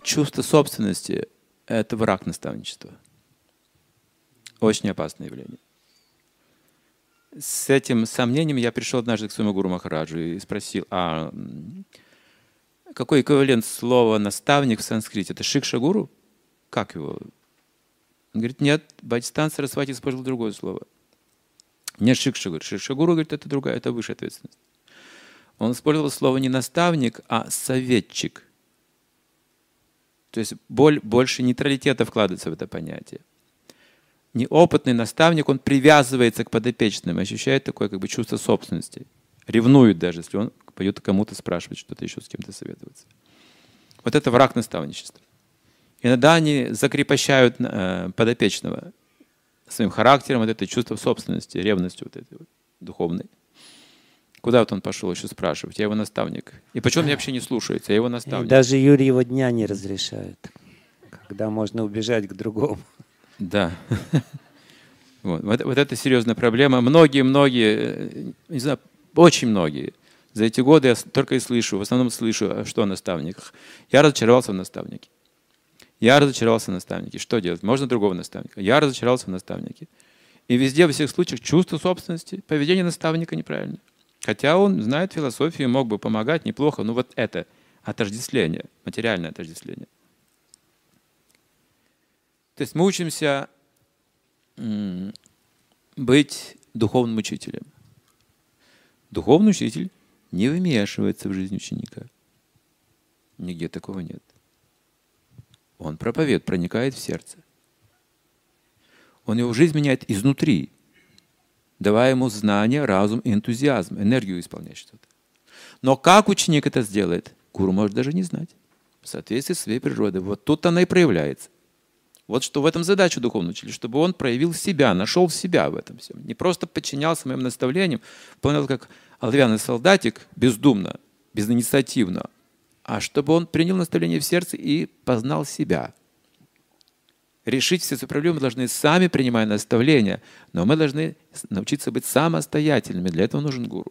чувство собственности – это враг наставничества. Очень опасное явление. С этим сомнением я пришел однажды к своему гуру Махараджу и спросил, а какой эквивалент слова «наставник» в санскрите? Это шикша-гуру? Как его? Он говорит, нет, Бхактисиданта Сарасвати использовал другое слово. Нет шикша-гуру. Шикша-гуру, говорит, это другая, это высшая ответственность. Он использовал слово не наставник, а советчик. То есть больше нейтралитета вкладывается в это понятие. Неопытный наставник, он привязывается к подопечным, ощущает такое как бы чувство собственности. Ревнует даже, если он пойдет кому-то спрашивать что-то еще, с кем-то советоваться. Вот это враг наставничества. Иногда они закрепощают подопечного своим характером, вот это чувство собственности, ревностью вот этой вот духовной. Куда вот он пошел еще спрашивать? Я его наставник. И почему меня вообще не слушается? Я его наставник. И даже Юрьева дня не разрешают, когда можно убежать к другому. Да. Вот это серьезная проблема. Многие, не знаю, очень многие. За эти годы я только и слышу, в основном слышу, что о наставниках. Я разочаровался в наставнике. Я разочаровался в наставнике. Что делать? Можно другого наставника. Я разочаровался в наставнике. И везде, во всех случаях, чувство собственности, поведение наставника неправильное. Хотя он знает философию, мог бы помогать неплохо, но вот это отождествление, материальное отождествление. То есть мы учимся быть духовным учителем. Духовный учитель не вмешивается в жизнь ученика. Нигде такого нет. Он проникает в сердце. Он его жизнь меняет изнутри, давая ему знания, разум и энтузиазм, энергию исполнять что-то. Но как ученик это сделает, гуру может даже не знать. В соответствии с своей природой. Вот тут она и проявляется. Вот что в этом задача духовного учителя, чтобы он проявил себя, нашел себя в этом всем. Не просто подчинялся моим наставлениям, понял, как оловянный солдатик, бездумно, безинициативно, а чтобы он принял наставление в сердце и познал себя. Решить все свои проблемы мы должны сами, принимая наставления, но мы должны научиться быть самостоятельными. Для этого нужен гуру.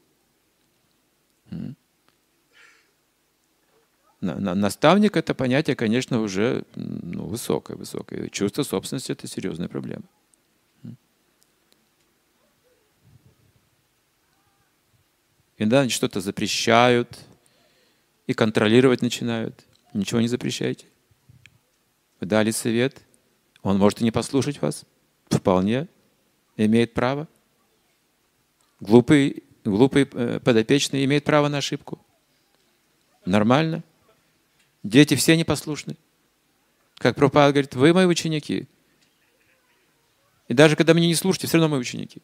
Наставник — это понятие, конечно, уже высокое. Чувство собственности — это серьезная проблема. Иногда они что-то запрещают и контролировать начинают. Ничего не запрещайте. Вы дали совет, он может и не послушать вас. Вполне имеет право. Глупый подопечный имеет право на ошибку. Нормально. Дети все непослушны. Как Прабхупада говорит, вы мои ученики. И даже когда меня не слушаете, все равно мои ученики.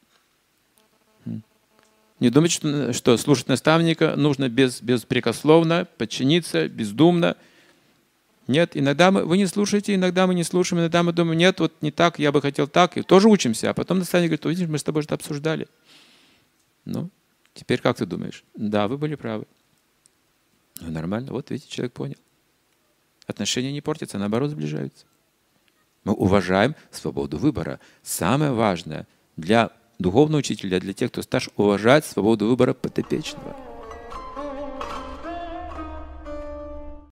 Не думайте, что слушать наставника нужно беспрекословно, подчиниться, бездумно. Нет, иногда вы не слушаете, иногда мы не слушаем, иногда мы думаем, нет, вот не так, я бы хотел так. И тоже учимся. А потом наставник говорит, видишь, мы с тобой что-то обсуждали. Ну, теперь как ты думаешь? Да, вы были правы. Ну, нормально, вот видите, человек понял. Отношения не портятся, наоборот, сближаются. Мы уважаем свободу выбора. Самое важное для духовного учителя, для тех, кто старше, уважать свободу выбора подопечного.